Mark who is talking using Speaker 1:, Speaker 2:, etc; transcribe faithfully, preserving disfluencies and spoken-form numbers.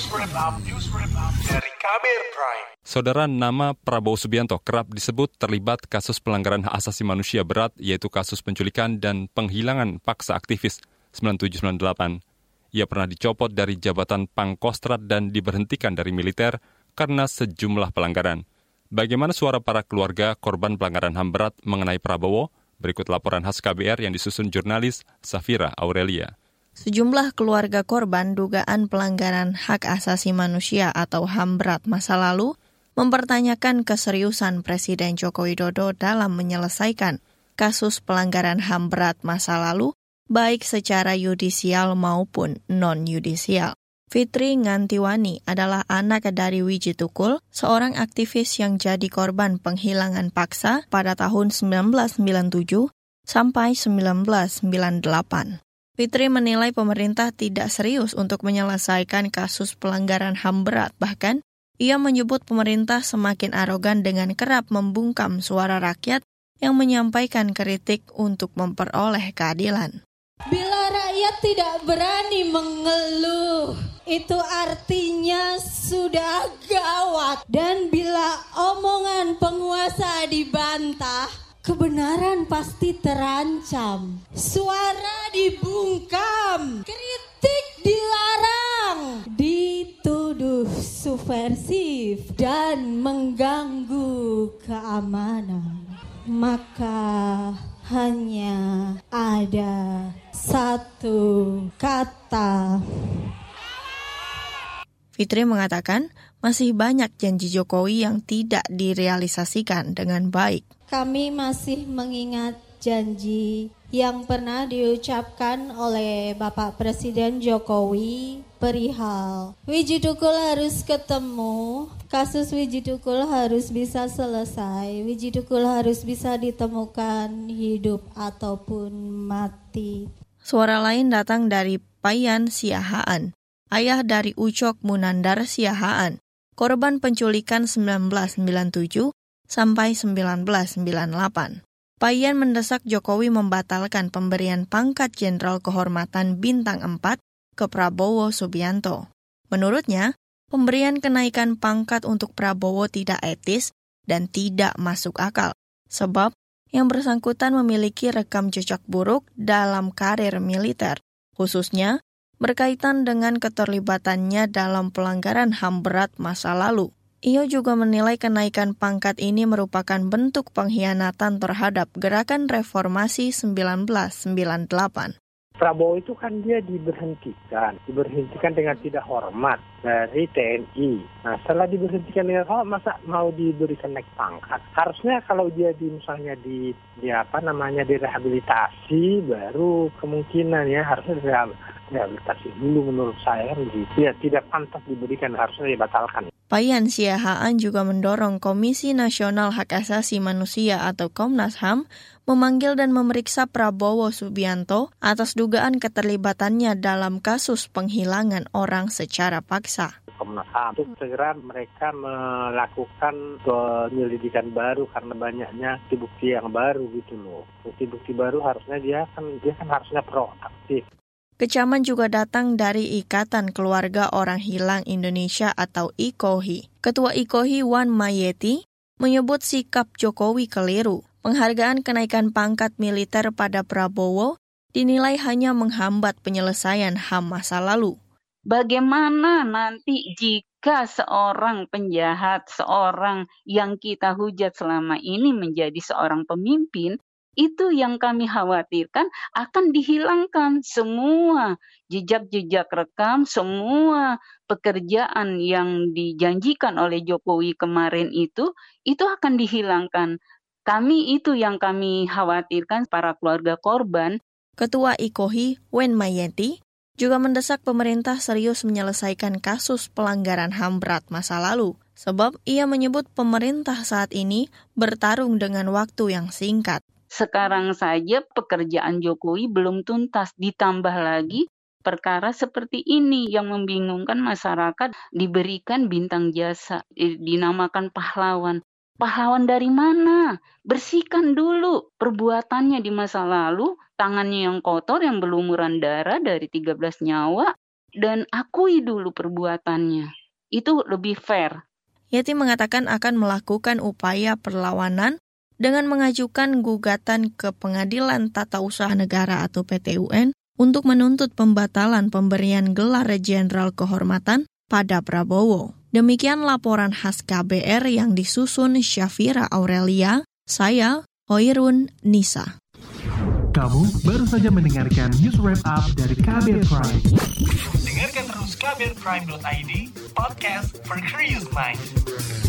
Speaker 1: Wrap Up, News Wrap Up dari Kamer Prime.
Speaker 2: Saudara, nama Prabowo Subianto kerap disebut terlibat kasus pelanggaran hak asasi manusia berat, yaitu kasus penculikan dan penghilangan paksa aktivis sembilan tujuh sembilan delapan. Ia pernah dicopot dari jabatan Pangkostrat dan diberhentikan dari militer karena sejumlah pelanggaran. Bagaimana suara para keluarga korban pelanggaran H A M berat mengenai Prabowo? Berikut laporan khas K B R yang disusun jurnalis Safira Aurelia.
Speaker 3: Sejumlah keluarga korban dugaan pelanggaran hak asasi manusia atau H A M berat masa lalu mempertanyakan keseriusan Presiden Joko Widodo dalam menyelesaikan kasus pelanggaran H A M berat masa lalu, baik secara yudisial maupun non-yudisial. Fitri Ngantiwani adalah anak dari Wiji Tukul, seorang aktivis yang jadi korban penghilangan paksa pada tahun sembilan belas sembilan puluh tujuh sampai sembilan belas sembilan puluh delapan. Fitri menilai pemerintah tidak serius untuk menyelesaikan kasus pelanggaran H A M berat. Bahkan, ia menyebut pemerintah semakin arogan dengan kerap membungkam suara rakyat yang menyampaikan kritik untuk memperoleh keadilan.
Speaker 4: Bila rakyat tidak berani mengeluh, itu artinya sudah gawat. Dan bila omongan penguasa dibantah, kebenaran pasti terancam. Suara dibungkam, kritik dilarang, dituduh subversif dan mengganggu keamanan. Maka hanya ada satu kata.
Speaker 3: Fitri mengatakan masih banyak janji Jokowi yang tidak direalisasikan dengan baik.
Speaker 4: Kami masih mengingat janji yang pernah diucapkan oleh Bapak Presiden Jokowi perihal Wiji Tukul harus ketemu, kasus Wiji Tukul harus bisa selesai, Wiji Tukul harus bisa ditemukan hidup ataupun mati.
Speaker 3: Suara lain datang dari Payan Siahaan, ayah dari Ucok Munandar Siahaan, korban penculikan sembilan belas sembilan puluh tujuh sampai sembilan belas sembilan puluh delapan. Payan mendesak Jokowi membatalkan pemberian pangkat Jenderal Kehormatan Bintang empat ke Prabowo Subianto. Menurutnya, pemberian kenaikan pangkat untuk Prabowo tidak etis dan tidak masuk akal, sebab yang bersangkutan memiliki rekam jejak buruk dalam karir militer, khususnya berkaitan dengan keterlibatannya dalam pelanggaran H A M berat masa lalu. Ia juga menilai kenaikan pangkat ini merupakan bentuk pengkhianatan terhadap gerakan reformasi seribu sembilan ratus sembilan puluh delapan.
Speaker 5: Prabowo itu kan dia diberhentikan, diberhentikan dengan tidak hormat dari T N I. Nah, setelah diberhentikan dengan hormat, masa mau diberikan naik pangkat? Harusnya kalau dia di misalnya di, di apa namanya direhabilitasi, baru kemungkinan ya harusnya direhabilitasi dulu menurut saya begitu. Ya tidak pantas diberikan, harusnya dibatalkan.
Speaker 3: Payan Siahaan juga mendorong Komisi Nasional Hak Asasi Manusia atau Komnas H A M memanggil dan memeriksa Prabowo Subianto atas dugaan keterlibatannya dalam kasus penghilangan orang secara paksa.
Speaker 5: Komnas H A M itu segera mereka melakukan penyelidikan baru karena banyaknya bukti-bukti yang baru gitu loh. Bukti-bukti baru harusnya dia kan dia kan harusnya proaktif.
Speaker 3: Kecaman juga datang dari Ikatan Keluarga Orang Hilang Indonesia atau I K O H I. Ketua I K O H I Wan Mayeti menyebut sikap Jokowi keliru. Penghargaan kenaikan pangkat militer pada Prabowo dinilai hanya menghambat penyelesaian H A M masa lalu.
Speaker 6: Bagaimana nanti jika seorang penjahat, seorang yang kita hujat selama ini menjadi seorang pemimpin, itu yang kami khawatirkan akan dihilangkan semua jejak-jejak rekam, semua pekerjaan yang dijanjikan oleh Jokowi kemarin itu, itu akan dihilangkan. Kami itu yang kami khawatirkan para keluarga korban.
Speaker 3: Ketua I K O H I, Wen Mayeti, juga mendesak pemerintah serius menyelesaikan kasus pelanggaran H A M berat masa lalu, sebab ia menyebut pemerintah saat ini bertarung dengan waktu yang singkat.
Speaker 6: Sekarang saja pekerjaan Jokowi belum tuntas, ditambah lagi perkara seperti ini yang membingungkan masyarakat, diberikan bintang jasa, dinamakan pahlawan. Pahlawan dari mana? Bersihkan dulu perbuatannya di masa lalu, tangannya yang kotor, yang berlumuran darah dari tiga belas nyawa. dan akui dulu perbuatannya. Itu lebih fair.
Speaker 3: Yeti mengatakan akan melakukan upaya perlawanan dengan mengajukan gugatan ke Pengadilan Tata Usaha Negara atau P T U N untuk menuntut pembatalan pemberian gelar Jenderal Kehormatan pada Prabowo. Demikian laporan khas K B R yang disusun Syafira Aurelia, saya Hoirun Nisa.
Speaker 7: Kamu baru saja mendengarkan news wrap up dari K B R Prime.
Speaker 1: Dengarkan terus k b r prime dot i d, podcast for curious mind.